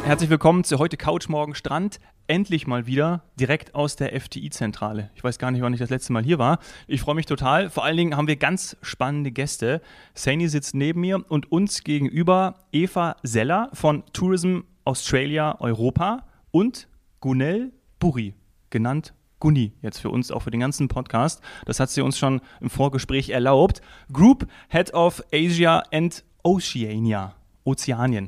Herzlich willkommen zu heute Couch, morgen Strand. Endlich mal wieder direkt aus der FTI-Zentrale. Ich weiß gar nicht, wann ich das letzte Mal hier war. Ich freue mich total. Vor allen Dingen haben wir ganz spannende Gäste. Saini sitzt neben mir und uns gegenüber Eva Seller von Tourism Australia Europa und Gunel Burri, genannt Guni, jetzt für uns, auch für den ganzen Podcast. Das hat sie uns schon im Vorgespräch erlaubt. Group Head of Asia and Oceania. Ozeanien.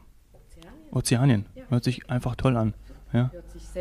Ja. Hört sich einfach toll an. Ja.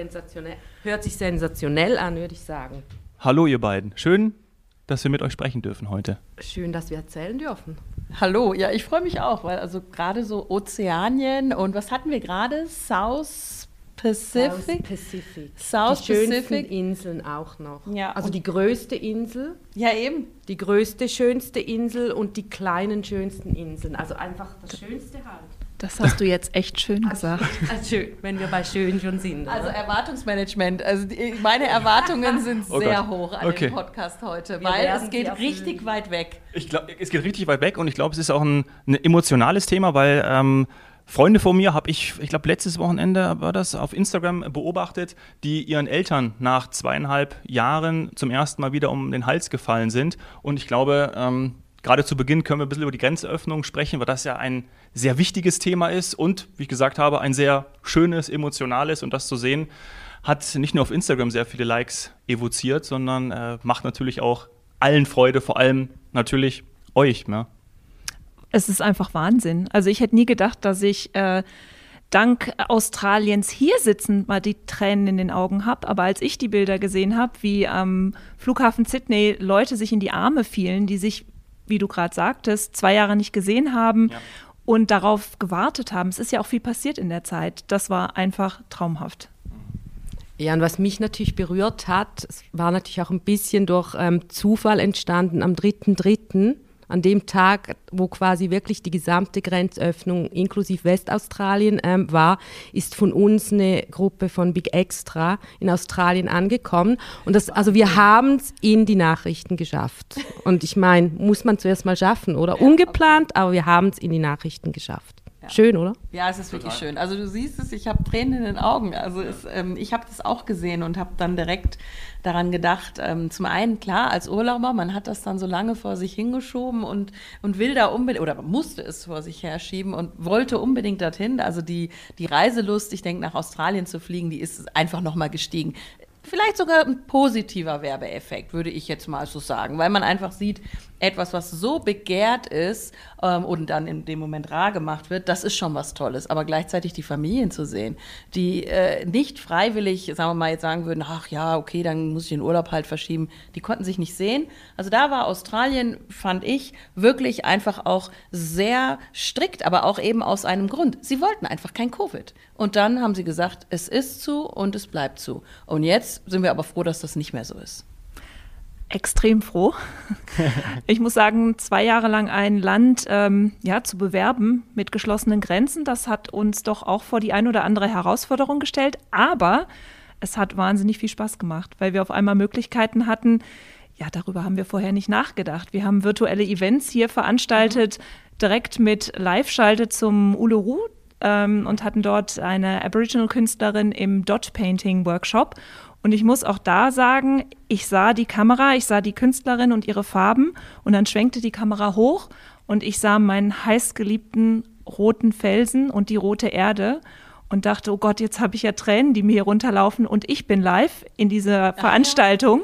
Hört sich sensationell an, würde ich sagen. Hallo ihr beiden. Schön, dass wir mit euch sprechen dürfen heute. Schön, dass wir erzählen dürfen. Hallo, ja, ich freue mich auch, weil also gerade so Ozeanien und was hatten wir gerade? South Pacific. Die schönsten Inseln auch noch. Ja, also die größte Insel. Ja, eben. Die größte, schönste Insel und die kleinen, schönsten Inseln. Also einfach das Schönste halt. Das hast du jetzt echt schön gesagt. Also schön, wenn wir bei schön schon sind. Oder? Also Erwartungsmanagement. Also meine Erwartungen sind sehr hoch an den Podcast heute, weil es geht richtig weit weg. Ich glaube, es geht richtig weit weg und ich glaube, es ist auch ein emotionales Thema, weil Freunde von mir habe ich glaube, letztes Wochenende war das auf Instagram beobachtet, die ihren Eltern nach 2,5 Jahren zum ersten Mal wieder um den Hals gefallen sind. Und ich glaube, gerade zu Beginn können wir ein bisschen über die Grenzöffnung sprechen, weil das ja ein sehr wichtiges Thema ist und, wie ich gesagt habe, ein sehr schönes, emotionales. Und das zu sehen, hat nicht nur auf Instagram sehr viele Likes evoziert, sondern macht natürlich auch allen Freude, vor allem natürlich euch. Ne? Es ist einfach Wahnsinn. Also ich hätte nie gedacht, dass ich dank Australiens hier sitzend mal die Tränen in den Augen habe. Aber als ich die Bilder gesehen habe, wie am Flughafen Sydney Leute sich in die Arme fielen, die sich, wie du gerade sagtest, 2 Jahre nicht gesehen haben und darauf gewartet haben. Es ist ja auch viel passiert in der Zeit. Das war einfach traumhaft. Ja, und was mich natürlich berührt hat, es war natürlich auch ein bisschen durch Zufall entstanden am 3.3., an dem Tag, wo quasi wirklich die gesamte Grenzöffnung inklusive Westaustralien war, ist von uns eine Gruppe von Big Extra in Australien angekommen. Und also wir haben es in die Nachrichten geschafft. Und ich meine, muss man zuerst mal schaffen, oder? Ja, ungeplant, aber wir haben es in die Nachrichten geschafft. Ja. Schön, oder? Ja, es ist wirklich schön. Also du siehst es, ich habe Tränen in den Augen. Also ich habe das auch gesehen und habe dann direkt daran gedacht, zum einen, klar, als Urlauber, man hat das dann so lange vor sich hingeschoben und will da unbedingt, oder musste es vor sich herschieben und wollte unbedingt dorthin. Also die Reiselust, ich denke, nach Australien zu fliegen, die ist einfach nochmal gestiegen. Vielleicht sogar ein positiver Werbeeffekt, würde ich jetzt mal so sagen, weil man einfach sieht, etwas, was so begehrt ist und dann in dem Moment rar gemacht wird, das ist schon was Tolles. Aber gleichzeitig die Familien zu sehen, die nicht freiwillig, sagen wir mal, jetzt sagen würden, ach ja, okay, dann muss ich den Urlaub halt verschieben, die konnten sich nicht sehen. Also da war Australien, fand ich, wirklich einfach auch sehr strikt, aber auch eben aus einem Grund. Sie wollten einfach kein Covid. Und dann haben sie gesagt, es ist zu und es bleibt zu. Und jetzt sind wir aber froh, dass das nicht mehr so ist. Extrem froh. Ich muss sagen, 2 Jahre lang ein Land zu bewerben mit geschlossenen Grenzen, das hat uns doch auch vor die ein oder andere Herausforderung gestellt. Aber es hat wahnsinnig viel Spaß gemacht, weil wir auf einmal Möglichkeiten hatten. Ja, darüber haben wir vorher nicht nachgedacht. Wir haben virtuelle Events hier veranstaltet, direkt mit Live-Schalte zum Uluru und hatten dort eine Aboriginal-Künstlerin im Dot-Painting-Workshop. Und ich muss auch da sagen, ich sah die Kamera, ich sah die Künstlerin und ihre Farben und dann schwenkte die Kamera hoch und ich sah meinen heißgeliebten roten Felsen und die rote Erde und dachte, oh Gott, jetzt habe ich ja Tränen, die mir hier runterlaufen und ich bin live in dieser Veranstaltung.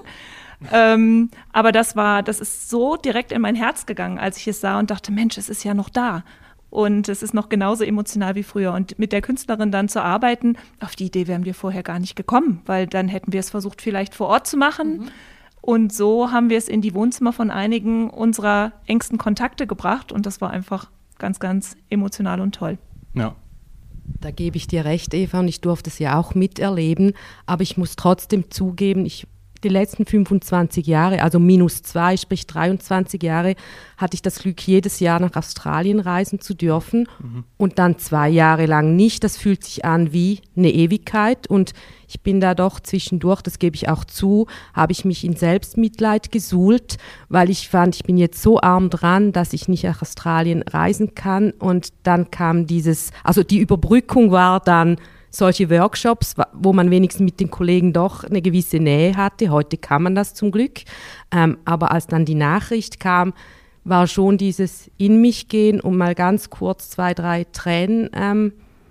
Aber das ist so direkt in mein Herz gegangen, als ich es sah und dachte, Mensch, es ist ja noch da. Und es ist noch genauso emotional wie früher. Und mit der Künstlerin dann zu arbeiten, auf die Idee wären wir vorher gar nicht gekommen, weil dann hätten wir es versucht, vielleicht vor Ort zu machen. Mhm. Und so haben wir es in die Wohnzimmer von einigen unserer engsten Kontakte gebracht. Und das war einfach ganz, ganz emotional und toll. Ja. Da gebe ich dir recht, Eva, und ich durfte es ja auch miterleben. Aber ich muss trotzdem zugeben, die letzten 25 Jahre, also -2, sprich 23 Jahre, hatte ich das Glück, jedes Jahr nach Australien reisen zu dürfen und dann 2 Jahre lang nicht. Das fühlt sich an wie eine Ewigkeit und ich bin da doch zwischendurch, das gebe ich auch zu, habe ich mich in Selbstmitleid gesuhlt, weil ich fand, ich bin jetzt so arm dran, dass ich nicht nach Australien reisen kann und dann kam also die Überbrückung war dann solche Workshops, wo man wenigstens mit den Kollegen doch eine gewisse Nähe hatte. Heute kann man das zum Glück. Aber als dann die Nachricht kam, war schon dieses in mich gehen und mal ganz kurz 2, 3 Tränen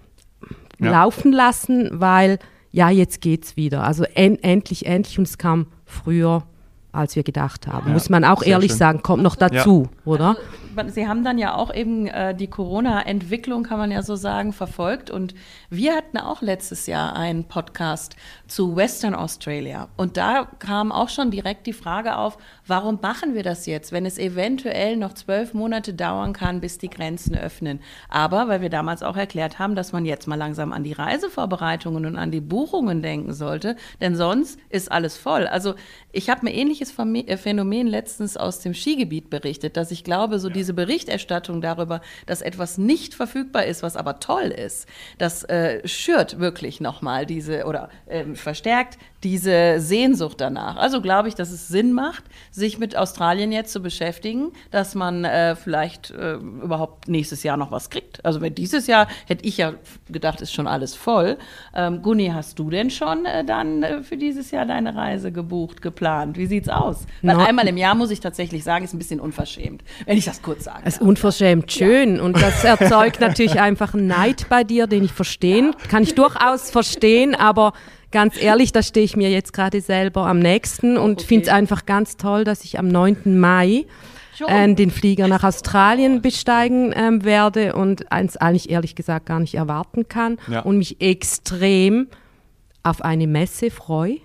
laufen lassen, weil ja, jetzt geht's wieder. Also endlich und es kam früher, als wir gedacht haben. Muss man auch ehrlich sagen, kommt noch dazu, oder? Also, Sie haben dann ja auch eben die Corona-Entwicklung, kann man ja so sagen, verfolgt. Und wir hatten auch letztes Jahr einen Podcast zu Western Australia. Und da kam auch schon direkt die Frage auf, warum machen wir das jetzt, wenn es eventuell noch 12 Monate dauern kann, bis die Grenzen öffnen. Aber, weil wir damals auch erklärt haben, dass man jetzt mal langsam an die Reisevorbereitungen und an die Buchungen denken sollte, denn sonst ist alles voll. Also ich habe mir ähnliches Phänomen letztens aus dem Skigebiet berichtet, dass ich glaube, so diese Berichterstattung darüber, dass etwas nicht verfügbar ist, was aber toll ist, das schürt wirklich nochmal verstärkt diese Sehnsucht danach. Also glaube ich, dass es Sinn macht, sich mit Australien jetzt zu beschäftigen, dass man vielleicht überhaupt nächstes Jahr noch was kriegt. Also wenn dieses Jahr, hätte ich ja gedacht, ist schon alles voll. Gunni, hast du denn schon dann für dieses Jahr deine Reise geplant? Wie sieht's aus? Weil einmal im Jahr, muss ich tatsächlich sagen, ist ein bisschen unverschämt, wenn ich das kurz sagen darf. Es ist unverschämt schön und das erzeugt natürlich einfach einen Neid bei dir, den ich kann ich durchaus verstehen, aber ganz ehrlich, da stehe ich mir jetzt gerade selber am nächsten und finde es einfach ganz toll, dass ich am 9. Mai den Flieger nach Australien besteigen werde und eins eigentlich ehrlich gesagt gar nicht erwarten kann und mich extrem auf eine Messe freue.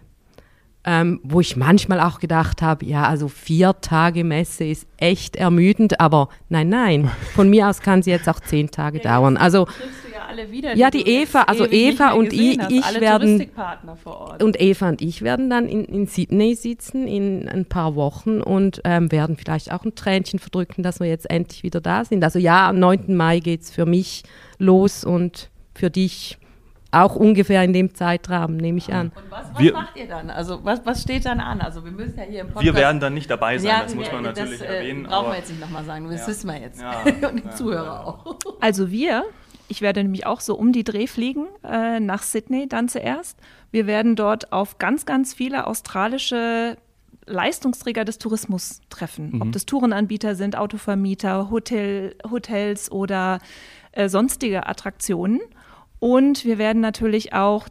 Wo ich manchmal auch gedacht habe, ja, also 4 Tage Messe ist echt ermüdend, aber nein, von mir aus kann sie jetzt auch 10 Tage dauern. Also alle wieder, die Eva, also Eva und ich werden vor Ort. Und Eva und ich werden dann in Sydney sitzen in ein paar Wochen und werden vielleicht auch ein Tränchen verdrücken, dass wir jetzt endlich wieder da sind. Also ja, am 9. Mai geht es für mich los und für dich auch ungefähr in dem Zeitrahmen, nehme ich an. Und was macht ihr dann? Also was steht dann an? Also wir müssen ja hier im Podcast... Wir werden dann nicht dabei sein, das muss man natürlich erwähnen. Das brauchen wir jetzt nicht nochmal sagen, das wissen wir jetzt. Und die Zuhörer auch. Also ich werde nämlich auch so um die Dreh fliegen, nach Sydney dann zuerst. Wir werden dort auf ganz, ganz viele australische Leistungsträger des Tourismus treffen. Ob das Tourenanbieter sind, Autovermieter, Hotels oder sonstige Attraktionen. Und wir werden natürlich auch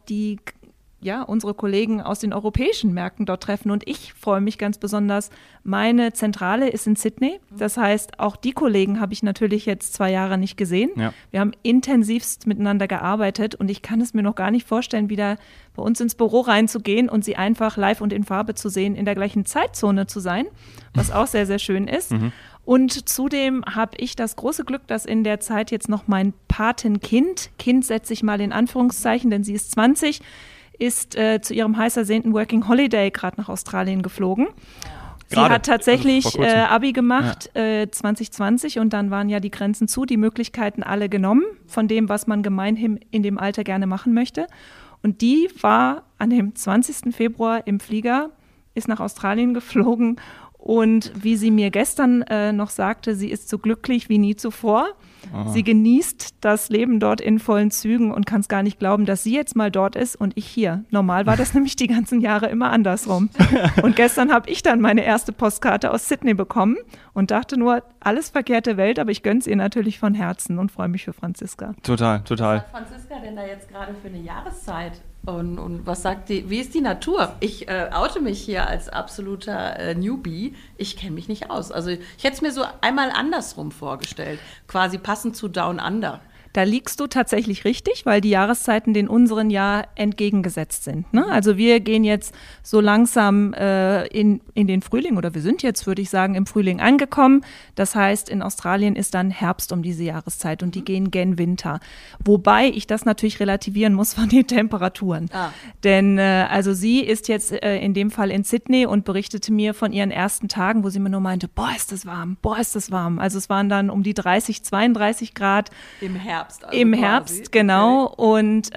unsere Kollegen aus den europäischen Märkten dort treffen. Und ich freue mich ganz besonders, meine Zentrale ist in Sydney. Das heißt, auch die Kollegen habe ich natürlich jetzt 2 Jahre nicht gesehen. Ja. Wir haben intensivst miteinander gearbeitet und ich kann es mir noch gar nicht vorstellen, wieder bei uns ins Büro reinzugehen und sie einfach live und in Farbe zu sehen, in der gleichen Zeitzone zu sein, was auch sehr, sehr schön ist. Und zudem habe ich das große Glück, dass in der Zeit jetzt noch mein Patenkind, setze ich mal in Anführungszeichen, denn sie ist 20, ist zu ihrem heiß ersehnten Working Holiday gerade nach Australien geflogen. Sie hat tatsächlich Abi gemacht 2020 und dann waren ja die Grenzen zu, die Möglichkeiten alle genommen von dem, was man gemeinhin in dem Alter gerne machen möchte. Und die war an dem 20. Februar im Flieger, ist nach Australien geflogen. Und wie sie mir gestern noch sagte, sie ist so glücklich wie nie zuvor. Aha. Sie genießt das Leben dort in vollen Zügen und kann es gar nicht glauben, dass sie jetzt mal dort ist und ich hier. Normal war das nämlich die ganzen Jahre immer andersrum. Und gestern habe ich dann meine erste Postkarte aus Sydney bekommen und dachte nur, alles verkehrte Welt, aber ich gönn's ihr natürlich von Herzen und freue mich für Franziska. Total. Was hat Franziska denn da jetzt gerade für eine Jahreszeit? Und was sagt die, wie ist die Natur? Ich oute mich hier als absoluter Newbie. Ich kenne mich nicht aus. Also ich hätte es mir so einmal andersrum vorgestellt. Quasi passend zu Down Under. Da liegst du tatsächlich richtig, weil die Jahreszeiten den unseren ja entgegengesetzt sind. Ne? Also wir gehen jetzt so langsam in den Frühling, oder wir sind jetzt, würde ich sagen, im Frühling angekommen. Das heißt, in Australien ist dann Herbst um diese Jahreszeit und die gehen gen Winter. Wobei ich das natürlich relativieren muss von den Temperaturen. Denn also sie ist jetzt in dem Fall in Sydney und berichtete mir von ihren ersten Tagen, wo sie mir nur meinte, boah, ist das warm, boah, ist das warm. Also es waren dann um die 30, 32 Grad. Im Herbst. Also im Herbst, genau. Okay. Und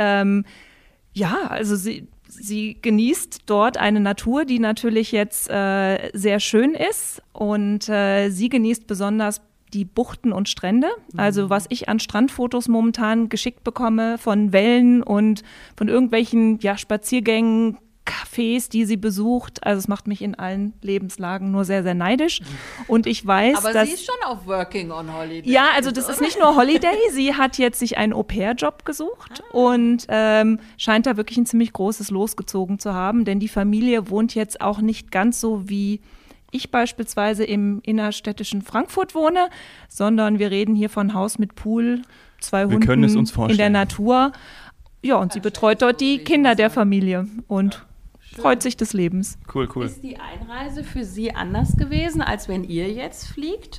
also sie genießt dort eine Natur, die natürlich jetzt sehr schön ist. Und sie genießt besonders die Buchten und Strände. Also was ich an Strandfotos momentan geschickt bekomme von Wellen und von irgendwelchen Spaziergängen, Cafés, die sie besucht. Also es macht mich in allen Lebenslagen nur sehr, sehr neidisch. Und ich weiß, aber dass... sie ist schon auf Working on Holiday. Ja, also das ist nicht nur Holiday. Sie hat jetzt sich einen Au-pair-Job gesucht und scheint da wirklich ein ziemlich großes Los gezogen zu haben. Denn die Familie wohnt jetzt auch nicht ganz so wie ich beispielsweise im innerstädtischen Frankfurt wohne, sondern wir reden hier von Haus mit Pool, 2 Hunden wir können es uns vorstellen. In der Natur. Ja, und sie betreut dort die Kinder der Familie und freut sich des Lebens. Cool. Ist die Einreise für Sie anders gewesen, als wenn ihr jetzt fliegt?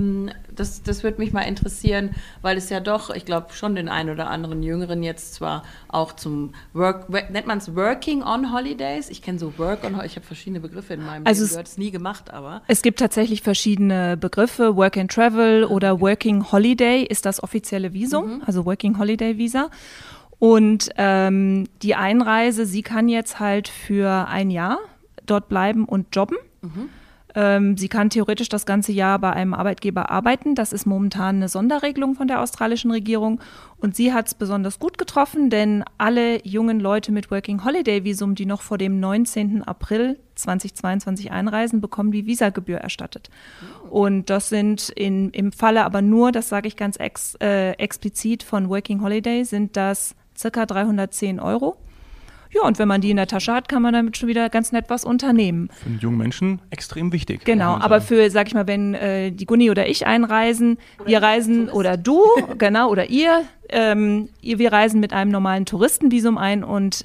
Das würde mich mal interessieren, weil es ja doch, ich glaube, schon den einen oder anderen Jüngeren jetzt zwar auch zum nennt man es Working on Holidays? Ich kenne so Work on Holidays, ich habe verschiedene Begriffe in meinem Leben gehört, es nie gemacht, aber... Es gibt tatsächlich verschiedene Begriffe. Work and Travel oder Working Holiday ist das offizielle Visum, also Working Holiday Visa. Und die Einreise, sie kann jetzt halt für ein Jahr dort bleiben und jobben. Sie kann theoretisch das ganze Jahr bei einem Arbeitgeber arbeiten. Das ist momentan eine Sonderregelung von der australischen Regierung. Und sie hat es besonders gut getroffen, denn alle jungen Leute mit Working Holiday Visum, die noch vor dem 19. April 2022 einreisen, bekommen die Visagebühr erstattet. Und das sind im Falle aber nur, das sage ich ganz explizit von Working Holiday, sind das circa 310 €. Ja, und wenn man die in der Tasche hat, kann man damit schon wieder ganz nett was unternehmen. Für einen jungen Menschen extrem wichtig. Genau, aber für, sag ich mal, wenn die Gunni oder ich einreisen, wir reisen, oder du, genau, oder ihr, wir reisen mit einem normalen Touristenvisum ein und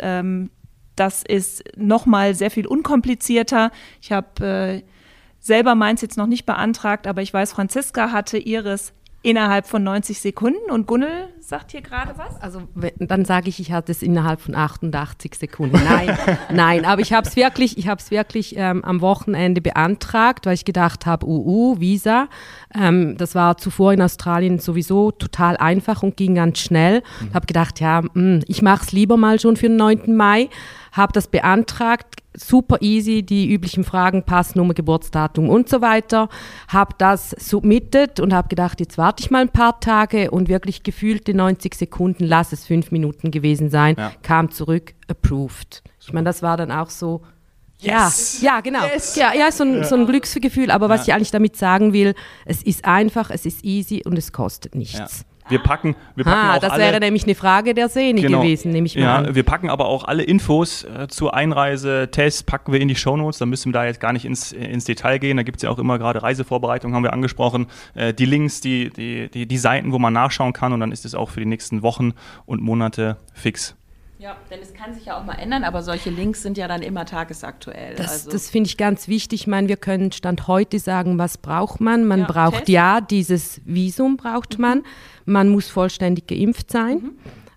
das ist nochmal sehr viel unkomplizierter. Ich habe selber meins jetzt noch nicht beantragt, aber ich weiß, Franziska hatte ihres innerhalb von 90 Sekunden und Gunnel sagt hier gerade was? Also dann sage ich hatte es innerhalb von 88 Sekunden. Nein, aber ich habe es wirklich am Wochenende beantragt, weil ich gedacht habe, Visa. Das war zuvor in Australien sowieso total einfach und ging ganz schnell. Habe gedacht, ich mache es lieber mal schon für den 9. Mai. Habe das beantragt, super easy, die üblichen Fragen, Passnummer, Geburtsdatum und so weiter. Habe das submitted und habe gedacht, jetzt warte ich mal ein paar Tage und wirklich gefühlte 90 Sekunden, lass es 5 Minuten gewesen sein, kam zurück, approved. Ich meine, das war dann auch so, yes. Ja, genau. Yes. Ja, so ein Glücksgefühl, aber was ich eigentlich damit sagen will, es ist einfach, es ist easy und es kostet nichts. Ja. Wir packen auch das alle, wäre nämlich eine Frage der Seni gewesen, nehme ich mal an. Wir packen aber auch alle Infos zur Einreise, Tests, packen wir in die Shownotes, da müssen wir da jetzt gar nicht ins Detail gehen, da gibt es ja auch immer gerade Reisevorbereitungen, haben wir angesprochen, die Links, die Seiten, wo man nachschauen kann und dann ist es auch für die nächsten Wochen und Monate fix. Ja, denn es kann sich ja auch mal ändern, aber solche Links sind ja dann immer tagesaktuell. Das finde ich ganz wichtig. Ich meine, wir können Stand heute sagen, was braucht man? Man braucht dieses Visum braucht man. Man muss vollständig geimpft sein.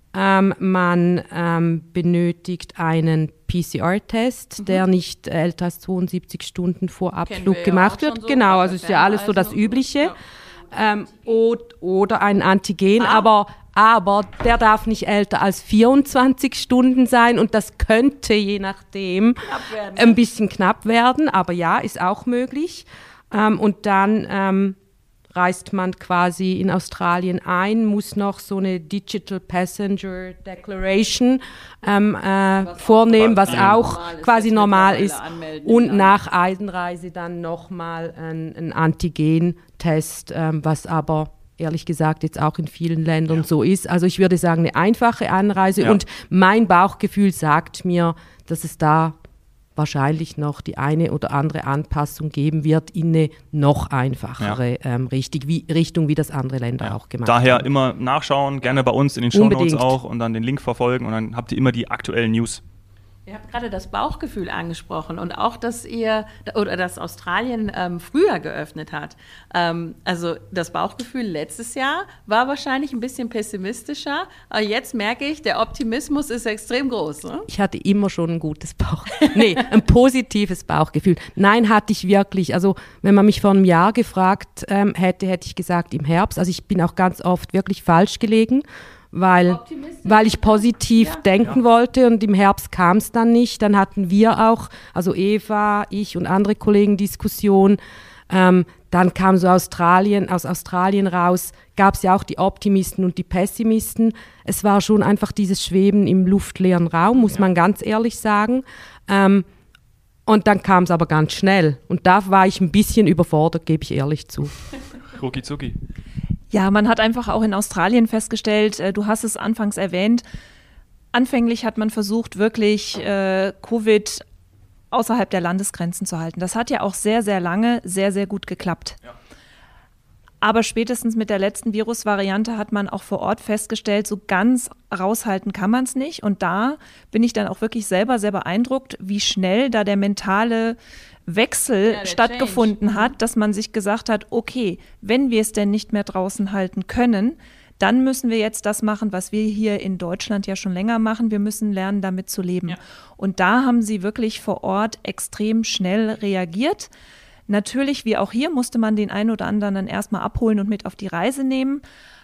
Man benötigt einen PCR-Test, der nicht älter als 72 Stunden vor Abflug gemacht wird. So, genau, also ist ja alles so das Übliche. Ja. Oder ein Antigen, aber der darf nicht älter als 24 Stunden sein und das könnte je nachdem ein bisschen knapp werden, aber ja, ist auch möglich. Und dann reist man quasi in Australien ein, muss noch so eine Digital Passenger Declaration vornehmen, was auch quasi normal ist. Und nach Einreise dann nochmal ein Antigen-Test, was aber ehrlich gesagt jetzt auch in vielen Ländern so ist. Also ich würde sagen, eine einfache Anreise und mein Bauchgefühl sagt mir, dass es da wahrscheinlich noch die eine oder andere Anpassung geben wird in eine noch einfachere Richtung, wie das andere Länder auch gemacht haben. Daher immer nachschauen, gerne bei uns in den Shownotes Unbedingt. auch und dann den Link verfolgen und dann habt ihr immer die aktuellen News. Ihr habt gerade das Bauchgefühl angesprochen und auch, dass Australien früher geöffnet hat. Also das Bauchgefühl letztes Jahr war wahrscheinlich ein bisschen pessimistischer, aber jetzt merke ich, der Optimismus ist extrem groß. Ne? Ich hatte immer schon ein gutes ein positives Bauchgefühl. Nein, hatte ich wirklich. Also wenn man mich vor einem Jahr gefragt hätte ich gesagt im Herbst. Also ich bin auch ganz oft wirklich falsch gelegen, weil ich positiv denken wollte und im Herbst kam es dann nicht. Dann hatten wir auch, also Eva, ich und andere Kollegen Diskussion. Dann kam so aus Australien raus, gab es ja auch die Optimisten und die Pessimisten. Es war schon einfach dieses Schweben im luftleeren Raum, muss man ganz ehrlich sagen. Und dann kam es aber ganz schnell. Und da war ich ein bisschen überfordert, gebe ich ehrlich zu. Rucki zucki. Ja, man hat einfach auch in Australien festgestellt, du hast es anfangs erwähnt, anfänglich hat man versucht, wirklich Covid außerhalb der Landesgrenzen zu halten. Das hat ja auch sehr, sehr lange sehr, sehr gut geklappt. Ja. Aber spätestens mit der letzten Virusvariante hat man auch vor Ort festgestellt, so ganz raushalten kann man es nicht. Und da bin ich dann auch wirklich selber sehr beeindruckt, wie schnell da der mentale Wechsel stattgefunden hat, dass man sich gesagt hat, okay, wenn wir es denn nicht mehr draußen halten können, dann müssen wir jetzt das machen, was wir hier in Deutschland ja schon länger machen. Wir müssen lernen, damit zu leben. Ja. Und da haben sie wirklich vor Ort extrem schnell reagiert. Natürlich, wie auch hier, musste man den einen oder anderen dann erstmal abholen und mit auf die Reise nehmen.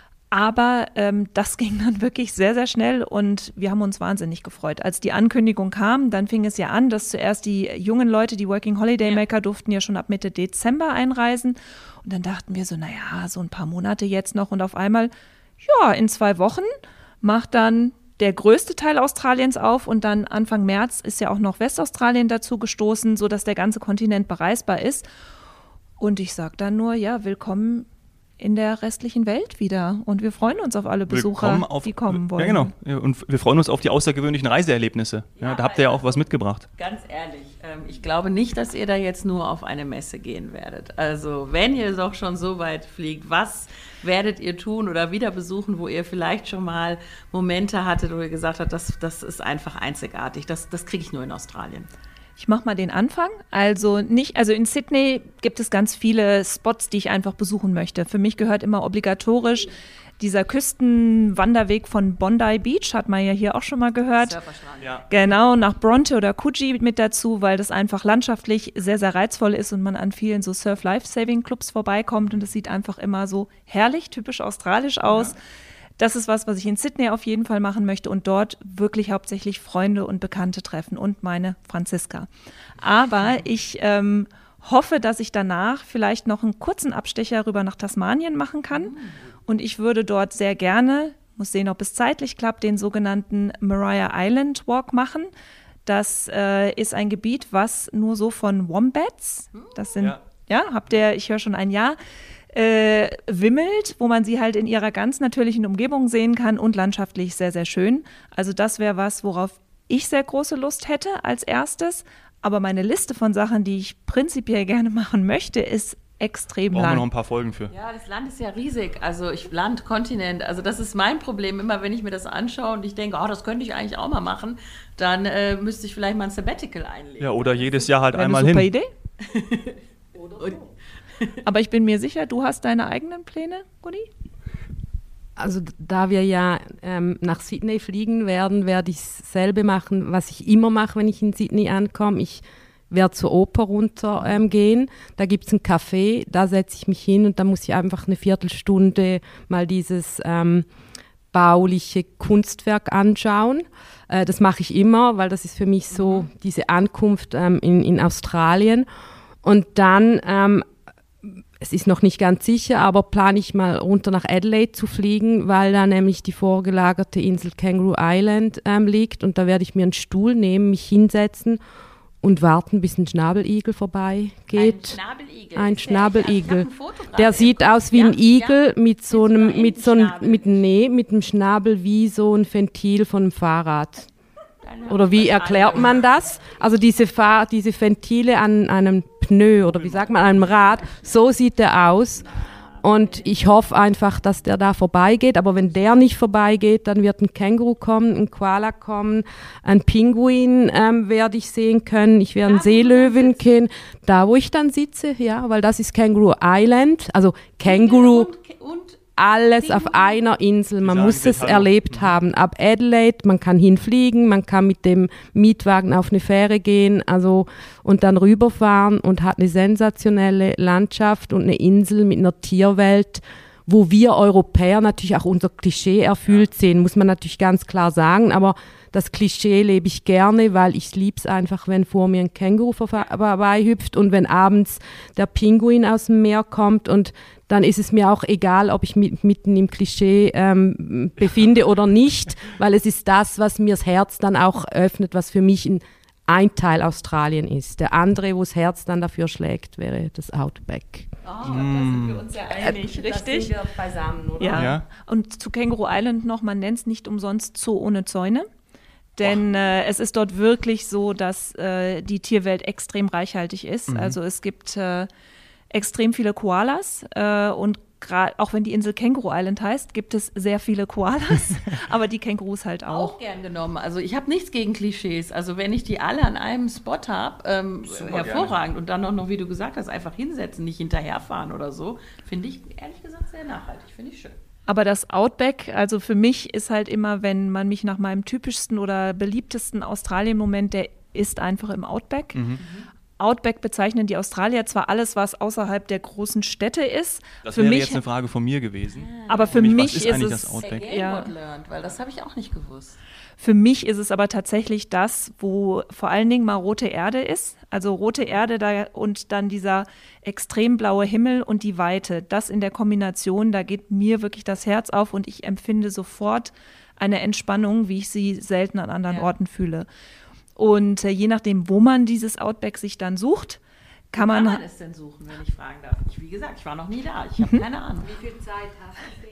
Aber das ging dann wirklich sehr, sehr schnell und wir haben uns wahnsinnig gefreut. Als die Ankündigung kam, dann fing es ja an, dass zuerst die jungen Leute, die Working Holiday Maker, durften ja schon ab Mitte Dezember einreisen. Und dann dachten wir so, naja, so ein paar Monate jetzt noch. Und auf einmal, ja, in 2 Wochen macht dann der größte Teil Australiens auf und dann Anfang März ist ja auch noch Westaustralien dazu gestoßen, sodass der ganze Kontinent bereisbar ist. Und ich sage dann nur, ja, willkommen in der restlichen Welt wieder. Und wir freuen uns auf alle Besucher, die kommen wollen. Ja, genau. Und wir freuen uns auf die außergewöhnlichen Reiseerlebnisse. Ja, da habt ihr ja auch was mitgebracht. Ganz ehrlich, ich glaube nicht, dass ihr da jetzt nur auf eine Messe gehen werdet. Also wenn ihr doch schon so weit fliegt, was werdet ihr tun oder wieder besuchen, wo ihr vielleicht schon mal Momente hattet, wo ihr gesagt habt, das ist einfach einzigartig. Das kriege ich nur in Australien. Ich mache mal den Anfang. Also in Sydney gibt es ganz viele Spots, die ich einfach besuchen möchte. Für mich gehört immer obligatorisch dieser Küstenwanderweg von Bondi Beach, hat man ja hier auch schon mal gehört. Surferstrand. Ja. Genau, nach Bronte oder Coogee mit dazu, weil das einfach landschaftlich sehr, sehr reizvoll ist und man an vielen so Surf-Life-Saving-Clubs vorbeikommt und es sieht einfach immer so herrlich, typisch australisch aus. Ja. Das ist was ich in Sydney auf jeden Fall machen möchte und dort wirklich hauptsächlich Freunde und Bekannte treffen und meine Franziska. Aber ich hoffe, dass ich danach vielleicht noch einen kurzen Abstecher rüber nach Tasmanien machen kann. Und ich würde dort sehr gerne, muss sehen, ob es zeitlich klappt, den sogenannten Maria Island Walk machen. Das ist ein Gebiet, was nur so von Wombats, das sind, ich höre schon ein Jahr, wimmelt, wo man sie halt in ihrer ganz natürlichen Umgebung sehen kann und landschaftlich sehr, sehr schön. Also das wäre was, worauf ich sehr große Lust hätte als erstes. Aber meine Liste von Sachen, die ich prinzipiell gerne machen möchte, ist extrem lang. Brauchen wir noch ein paar Folgen für. Ja, das Land ist ja riesig. Also Land, Kontinent. Also das ist mein Problem. Immer wenn ich mir das anschaue und ich denke, das könnte ich eigentlich auch mal machen, dann müsste ich vielleicht mal ein Sabbatical einlegen. Ja, oder jedes Jahr halt einmal hin. Super Idee? Oder so. Aber ich bin mir sicher, du hast deine eigenen Pläne, Gudi? Also da wir ja nach Sydney fliegen werden, werde ich dasselbe machen, was ich immer mache, wenn ich in Sydney ankomme. Ich werde zur Oper runter gehen. Da gibt es ein Café, da setze ich mich hin und da muss ich einfach eine Viertelstunde mal dieses bauliche Kunstwerk anschauen. Das mache ich immer, weil das ist für mich so diese Ankunft in Australien. Und dann es ist noch nicht ganz sicher, aber plane ich mal runter nach Adelaide zu fliegen, weil da nämlich die vorgelagerte Insel Kangaroo Island liegt und da werde ich mir einen Stuhl nehmen, mich hinsetzen und warten, bis ein Schnabeligel vorbeigeht. Ein Schnabeligel. Der sieht aus wie ein Igel mit einem Schnabel wie so ein Ventil von einem Fahrrad. Oder wie erklärt man das? Also diese Ventile an einem Pneu oder wie sagt man, an einem Rad, so sieht der aus. Und ich hoffe einfach, dass der da vorbeigeht. Aber wenn der nicht vorbeigeht, dann wird ein Känguru kommen, ein Koala kommen, ein Pinguin werde ich sehen können. Ich werde einen Seelöwen kennen. Da, wo ich dann sitze, ja, weil das ist Kangaroo Island. Also Känguru, alles auf einer Insel. Man muss es erlebt haben. Ab Adelaide, man kann hinfliegen, man kann mit dem Mietwagen auf eine Fähre gehen, also und dann rüberfahren und hat eine sensationelle Landschaft und eine Insel mit einer Tierwelt, wo wir Europäer natürlich auch unser Klischee erfüllt sehen, muss man natürlich ganz klar sagen, aber das Klischee lebe ich gerne, weil ich liebe es einfach, wenn vor mir ein Känguru vorbeihüpft und wenn abends der Pinguin aus dem Meer kommt und dann ist es mir auch egal, ob ich mitten im Klischee befinde oder nicht, weil es ist das, was mir das Herz dann auch öffnet, was für mich ein Teil Australien ist. Der andere, wo das Herz dann dafür schlägt, wäre das Outback. Da sind wir uns ja einig, richtig? Da sind wir beisammen, oder? Ja. Und zu Kangaroo Island noch, man nennt es nicht umsonst Zoo ohne Zäune. Denn es ist dort wirklich so, dass die Tierwelt extrem reichhaltig ist. Also es gibt extrem viele Koalas und auch wenn die Insel Kangaroo Island heißt, gibt es sehr viele Koalas, aber die Kängurus halt auch. Auch gern genommen. Also ich habe nichts gegen Klischees. Also wenn ich die alle an einem Spot habe, hervorragend. Und dann noch, wie du gesagt hast, einfach hinsetzen, nicht hinterherfahren oder so, finde ich ehrlich gesagt sehr nachhaltig. Finde ich schön. Aber das Outback, also für mich ist halt immer, wenn man mich nach meinem typischsten oder beliebtesten Australien-Moment, der ist einfach im Outback. Outback bezeichnen die Australier zwar alles, was außerhalb der großen Städte ist. Das wäre jetzt eine Frage von mir gewesen. Aber für mich ist es das Outback? Weil das habe ich auch nicht gewusst. Für mich ist es aber tatsächlich das, wo vor allen Dingen mal rote Erde ist. Also rote Erde da und dann dieser extrem blaue Himmel und die Weite. Das in der Kombination, da geht mir wirklich das Herz auf und ich empfinde sofort eine Entspannung, wie ich sie selten an anderen Orten fühle. Und je nachdem, wo man dieses Outback sich dann sucht, kann man es denn suchen, wenn ich fragen darf? Wie gesagt, ich war noch nie da. Ich habe keine Ahnung. Wie viel Zeit hast du?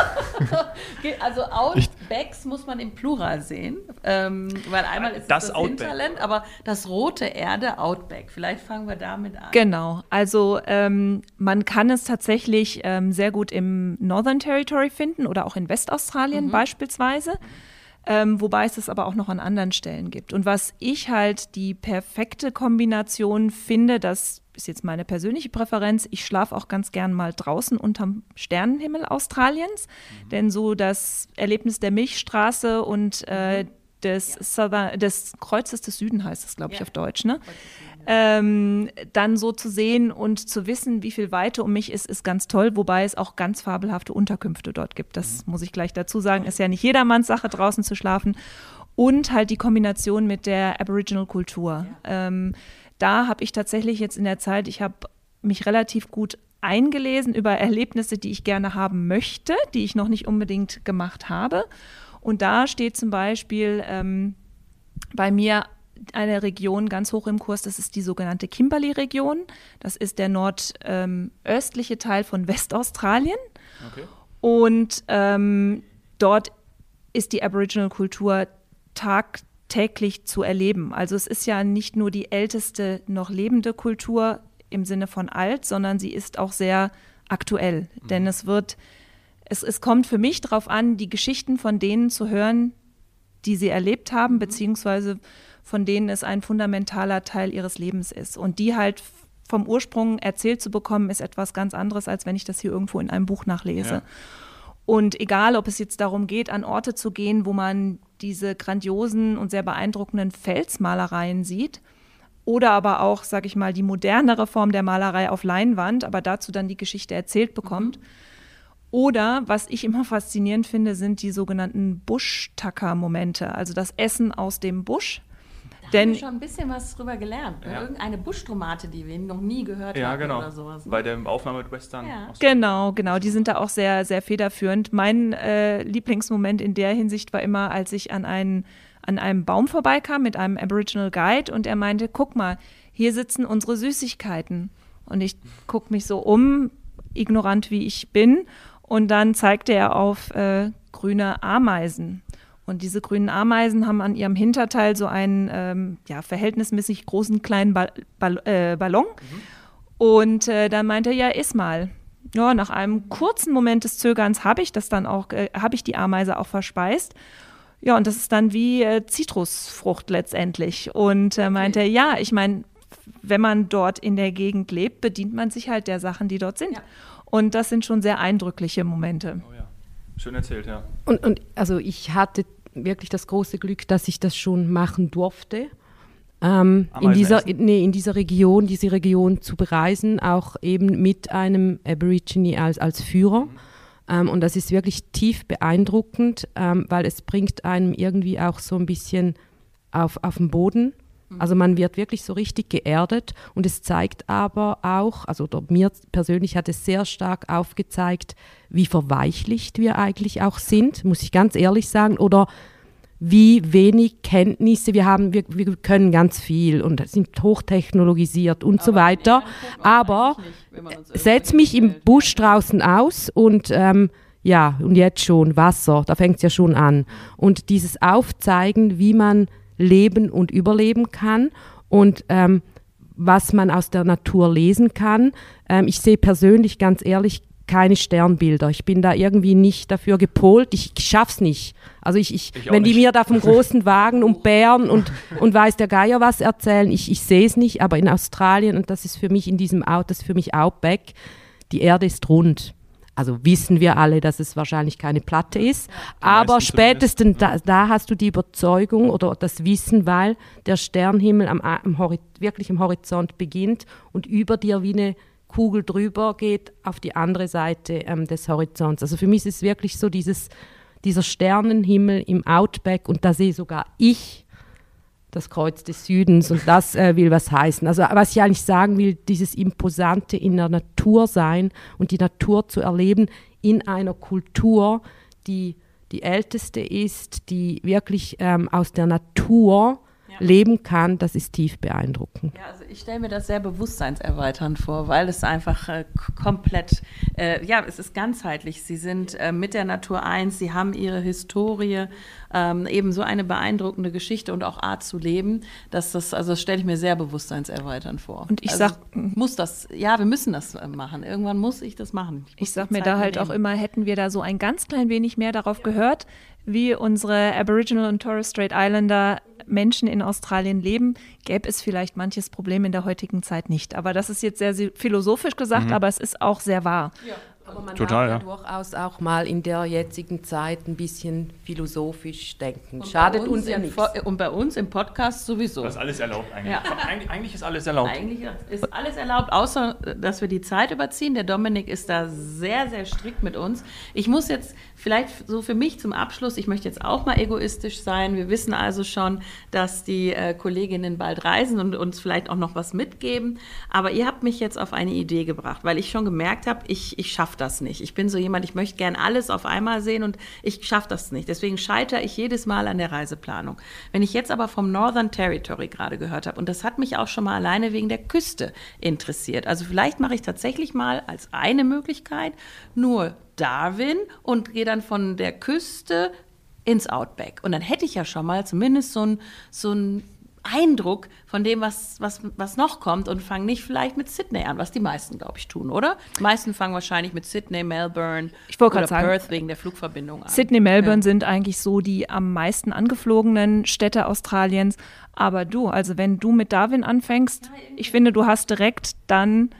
Also Outbacks muss man im Plural sehen, weil einmal ist das Hinterland, aber das rote Erde Outback. Vielleicht fangen wir damit an. Genau, also man kann es tatsächlich sehr gut im Northern Territory finden oder auch in Westaustralien beispielsweise. Wobei es das aber auch noch an anderen Stellen gibt. Und was ich halt die perfekte Kombination finde, das ist jetzt meine persönliche Präferenz, ich schlafe auch ganz gern mal draußen unterm Sternenhimmel Australiens, denn so das Erlebnis der Milchstraße und des Kreuzes des Süden heißt es, glaube ich, auf Deutsch, ne? Dann so zu sehen und zu wissen, wie viel Weite um mich ist, ist ganz toll, wobei es auch ganz fabelhafte Unterkünfte dort gibt. Das muss ich gleich dazu sagen, ist ja nicht jedermanns Sache, draußen zu schlafen. Und halt die Kombination mit der Aboriginal-Kultur. Da habe ich tatsächlich jetzt in der Zeit, ich habe mich relativ gut eingelesen über Erlebnisse, die ich gerne haben möchte, die ich noch nicht unbedingt gemacht habe. Und da steht zum Beispiel bei mir eine Region ganz hoch im Kurs, das ist die sogenannte Kimberley-Region. Das ist der nordöstliche Teil von Westaustralien. Okay. Und dort ist die Aboriginal-Kultur tagtäglich zu erleben. Also es ist ja nicht nur die älteste noch lebende Kultur im Sinne von alt, sondern sie ist auch sehr aktuell. Denn es kommt für mich darauf an, die Geschichten von denen zu hören, die sie erlebt haben, beziehungsweise von denen es ein fundamentaler Teil ihres Lebens ist. Und die halt vom Ursprung erzählt zu bekommen, ist etwas ganz anderes, als wenn ich das hier irgendwo in einem Buch nachlese. Ja. Und egal, ob es jetzt darum geht, an Orte zu gehen, wo man diese grandiosen und sehr beeindruckenden Felsmalereien sieht, oder aber auch, sage ich mal, die modernere Form der Malerei auf Leinwand, aber dazu dann die Geschichte erzählt bekommt. Oder, was ich immer faszinierend finde, sind die sogenannten Busch-Tucker-Momente, also das Essen aus dem Busch. Da haben wir schon ein bisschen was drüber gelernt. Ja. Irgendeine Buschtomate, die wir noch nie gehört haben oder sowas. Bei der Aufnahme mit Western. Ja. Genau. Die sind da auch sehr, sehr federführend. Mein Lieblingsmoment in der Hinsicht war immer, als ich an einem Baum vorbeikam mit einem Aboriginal Guide und er meinte, guck mal, hier sitzen unsere Süßigkeiten. Und ich gucke mich so um, ignorant wie ich bin, und dann zeigte er auf grüne Ameisen. Und diese grünen Ameisen haben an ihrem Hinterteil so einen verhältnismäßig großen kleinen Ballon. Und dann meinte er, ja, iss mal. Ja, nach einem kurzen Moment des Zögerns habe ich die Ameise auch verspeist. Ja, und das ist dann wie Zitrusfrucht letztendlich. Und meinte, ja, ich meine, wenn man dort in der Gegend lebt, bedient man sich halt der Sachen, die dort sind. Ja. Und das sind schon sehr eindrückliche Momente. Oh ja, schön erzählt, ja. Und also ich hatte wirklich das große Glück, dass ich das schon machen durfte. In dieser Region, diese Region zu bereisen, auch eben mit einem Aborigine als Führer. Und das ist wirklich tief beeindruckend, weil es bringt einem irgendwie auch so ein bisschen auf den Boden. Also man wird wirklich so richtig geerdet und es zeigt aber auch, also mir persönlich hat es sehr stark aufgezeigt, wie verweichlicht wir eigentlich auch sind, muss ich ganz ehrlich sagen, oder wie wenig Kenntnisse wir haben. Wir können ganz viel und sind hochtechnologisiert und so weiter. Aber setz mich im Busch draußen aus und und jetzt schon Wasser, da fängt es ja schon an. Und dieses Aufzeigen, wie man leben und überleben kann und was man aus der Natur lesen kann. Ich sehe persönlich, ganz ehrlich, keine Sternbilder. Ich bin da irgendwie nicht dafür gepolt. Ich schaff's nicht. Also ich wenn die mir da vom großen Wagen und Bären und weiß der Geier was erzählen, ich sehe es nicht. Aber in Australien, und das ist für mich das ist für mich Outback, die Erde ist rund. Also wissen wir alle, dass es wahrscheinlich keine Platte ist. Aber spätestens da hast du die Überzeugung oder das Wissen, weil der Sternhimmel wirklich am Horizont beginnt und über dir wie eine Kugel drüber geht auf die andere Seite des Horizonts. Also für mich ist es wirklich so dieser Sternenhimmel im Outback und da sehe sogar ich das Kreuz des Südens und das will was heißen. Also was ich eigentlich sagen will, dieses Imposante in der Natur sein und die Natur zu erleben in einer Kultur, die älteste ist, die wirklich aus der Natur leben kann, das ist tief beeindruckend. Ja, also ich stelle mir das sehr bewusstseinserweiternd vor, weil es einfach komplett, es ist ganzheitlich. Sie sind mit der Natur eins, sie haben ihre Historie, eben so eine beeindruckende Geschichte und auch Art zu leben, das stelle ich mir sehr bewusstseinserweiternd vor. Und ich wir müssen das machen. Irgendwann muss ich das machen. Ich sage mir da halt auch immer, hätten wir da so ein ganz klein wenig mehr darauf gehört, wie unsere Aboriginal und Torres Strait Islander Menschen in Australien leben, gäbe es vielleicht manches Problem in der heutigen Zeit nicht. Aber das ist jetzt sehr philosophisch gesagt, aber es ist auch sehr wahr. Ja. Aber man darf ja durchaus auch mal in der jetzigen Zeit ein bisschen philosophisch denken. Schadet uns ja nichts. Und bei uns im Podcast sowieso. Das ist alles erlaubt eigentlich. Ja. Eigentlich ist alles erlaubt. Eigentlich ist alles erlaubt, außer dass wir die Zeit überziehen. Der Dominik ist da sehr, sehr strikt mit uns. Ich muss jetzt vielleicht so für mich zum Abschluss, ich möchte jetzt auch mal egoistisch sein. Wir wissen also schon, dass die Kolleginnen bald reisen und uns vielleicht auch noch was mitgeben. Aber ihr habt mich jetzt auf eine Idee gebracht, weil ich schon gemerkt habe, ich schaffe das nicht. Ich bin so jemand, ich möchte gern alles auf einmal sehen und ich schaffe das nicht. Deswegen scheitere ich jedes Mal an der Reiseplanung. Wenn ich jetzt aber vom Northern Territory gerade gehört habe, und das hat mich auch schon mal alleine wegen der Küste interessiert. Also vielleicht mache ich tatsächlich mal als eine Möglichkeit nur Darwin und gehe dann von der Küste ins Outback. Und dann hätte ich ja schon mal zumindest so ein Eindruck von dem, was noch kommt und fange nicht vielleicht mit Sydney an, was die meisten, glaube ich, tun, oder? Die meisten fangen wahrscheinlich mit Sydney, Melbourne oder Perth wegen der Flugverbindung an. Sydney, Melbourne sind eigentlich so die am meisten angeflogenen Städte Australiens. Aber wenn du mit Darwin anfängst, ich finde, du hast direkt dann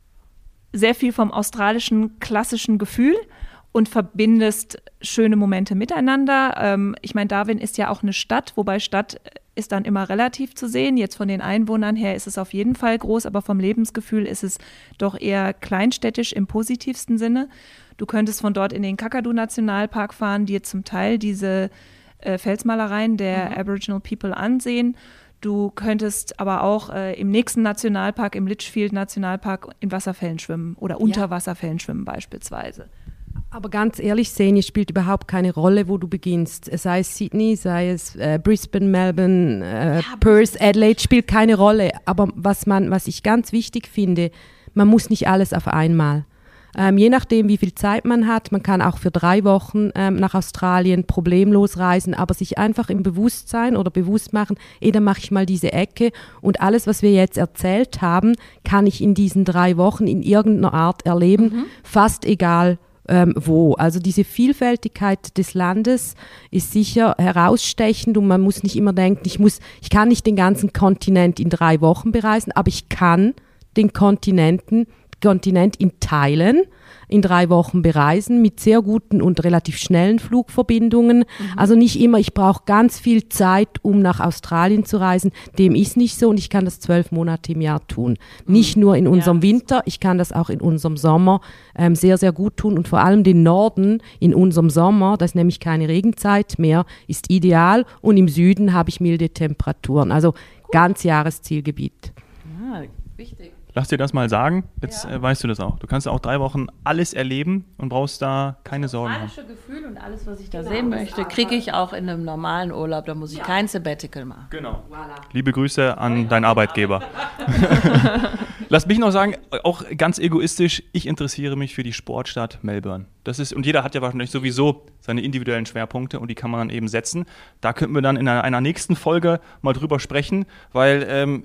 sehr viel vom australischen klassischen Gefühl und verbindest schöne Momente miteinander. Ich meine, Darwin ist ja auch eine Stadt, wobei Stadt ist dann immer relativ zu sehen. Jetzt von den Einwohnern her ist es auf jeden Fall groß, aber vom Lebensgefühl ist es doch eher kleinstädtisch im positivsten Sinne. Du könntest von dort in den Kakadu-Nationalpark fahren, dir zum Teil diese Felsmalereien der Aboriginal People ansehen. Du könntest aber auch im nächsten Nationalpark, im Litchfield-Nationalpark, in Wasserfällen schwimmen oder unter Wasserfällen schwimmen beispielsweise. Aber ganz ehrlich, Seni, spielt überhaupt keine Rolle, wo du beginnst. Sei es Sydney, sei es Brisbane, Melbourne, Perth, Adelaide, spielt keine Rolle. Aber was ich ganz wichtig finde, man muss nicht alles auf einmal. Je nachdem, wie viel Zeit man hat, man kann auch für 3 Wochen nach Australien problemlos reisen, aber sich einfach im Bewusstsein oder bewusst machen, dann mache ich mal diese Ecke und alles, was wir jetzt erzählt haben, kann ich in diesen 3 Wochen in irgendeiner Art erleben, fast egal wo. Also diese Vielfältigkeit des Landes ist sicher herausstechend und man muss nicht immer denken, ich kann nicht den ganzen Kontinent in 3 Wochen bereisen, aber ich kann den Kontinent in Teilen in 3 Wochen bereisen mit sehr guten und relativ schnellen Flugverbindungen. Also nicht immer, ich brauche ganz viel Zeit, um nach Australien zu reisen. Dem ist nicht so und ich kann das 12 Monate im Jahr tun. Nicht nur in unserem Winter, ich kann das auch in unserem Sommer sehr, sehr gut tun und vor allem den Norden in unserem Sommer, das ist nämlich keine Regenzeit mehr, ist ideal und im Süden habe ich milde Temperaturen. Also ganz Jahreszielgebiet. Ja, wichtig. Lass dir das mal sagen, jetzt weißt du das auch. Du kannst auch 3 Wochen alles erleben und brauchst da keine Sorgen haben. Das Gefühl und alles, was ich da sehen möchte, kriege ich auch in einem normalen Urlaub. Da muss ich kein Sabbatical machen. Genau. Liebe Grüße an deinen Arbeitgeber. Lass mich noch sagen, auch ganz egoistisch, ich interessiere mich für die Sportstadt Melbourne. Das ist, und jeder hat ja wahrscheinlich sowieso seine individuellen Schwerpunkte und die kann man dann eben setzen. Da könnten wir dann in einer nächsten Folge mal drüber sprechen, weil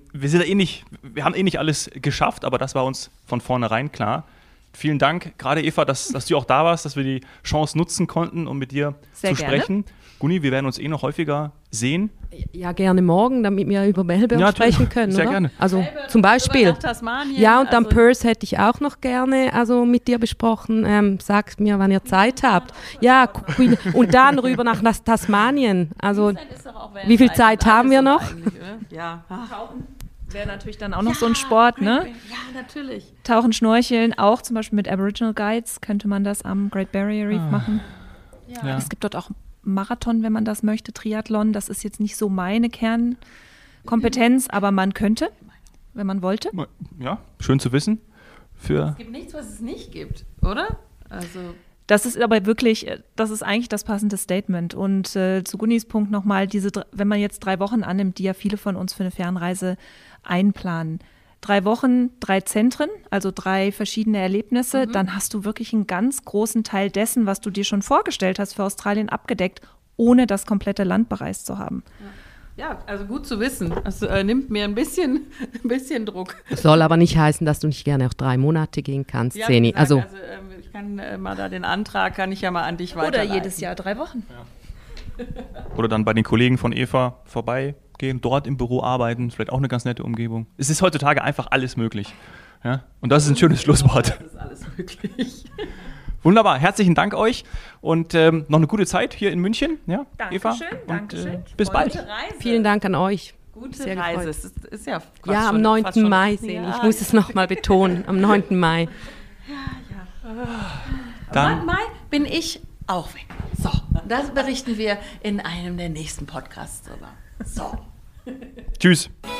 wir haben nicht alles geschafft, aber das war uns von vornherein klar. Vielen Dank, gerade Eva, dass du auch da warst, dass wir die Chance nutzen konnten, um mit dir Sehr zu sprechen. Guni, wir werden uns noch häufiger sehen. Ja, gerne morgen, damit wir über Melbourne sprechen können, sehr oder? Gerne. Also zum Beispiel. Ja, und dann also Perth hätte ich auch noch gerne mit dir besprochen. Sagt mir, wann ihr Zeit habt. Ja, und dann rüber nach Tasmanien. Also, wie viel Zeit haben wir noch? Ja. Wäre natürlich dann auch noch so ein Sport, ne? Ja, natürlich. Tauchen, Schnorcheln, auch zum Beispiel mit Aboriginal Guides könnte man das am Great Barrier Reef machen. Ja. Es gibt dort auch Marathon, wenn man das möchte, Triathlon. Das ist jetzt nicht so meine Kernkompetenz, aber man könnte, wenn man wollte. Ja, schön zu wissen. Es gibt nichts, was es nicht gibt, oder? Also das ist aber wirklich, das ist eigentlich das passende Statement. Und zu Gunis Punkt nochmal, wenn man jetzt 3 Wochen annimmt, die ja viele von uns für eine Fernreise einplanen. 3 Wochen, 3 Zentren, also 3 verschiedene Erlebnisse, dann hast du wirklich einen ganz großen Teil dessen, was du dir schon vorgestellt hast für Australien, abgedeckt, ohne das komplette Land bereist zu haben. Ja, also gut zu wissen. Das nimmt mir ein bisschen Druck. Das soll aber nicht heißen, dass du nicht gerne auch 3 Monate gehen kannst, Ja, Seni. gesagt, also ich kann mal da den Antrag, kann ich ja mal an dich weiterleiten. Oder jedes Jahr 3 Wochen. Ja. Oder dann bei den Kollegen von Eva vorbeigehen, dort im Büro arbeiten, vielleicht auch eine ganz nette Umgebung. Es ist heutzutage einfach alles möglich. Ja? Und das ist ein schönes Schlusswort. Das ist alles möglich. Wunderbar, herzlichen Dank euch und noch eine gute Zeit hier in München, ja, Eva. Dankeschön. Bis bald. Gute Reise. Vielen Dank an euch. Gute Sehr Reise. gefreut. Es ist ja fast Ja, am schon, 9. fast schon- Mai, Seni. Ich muss es nochmal betonen. Am 9. Mai. Dann- Am 9. Mai bin ich auch weg. So, das berichten wir in einem der nächsten Podcasts drüber. So. Tschüss.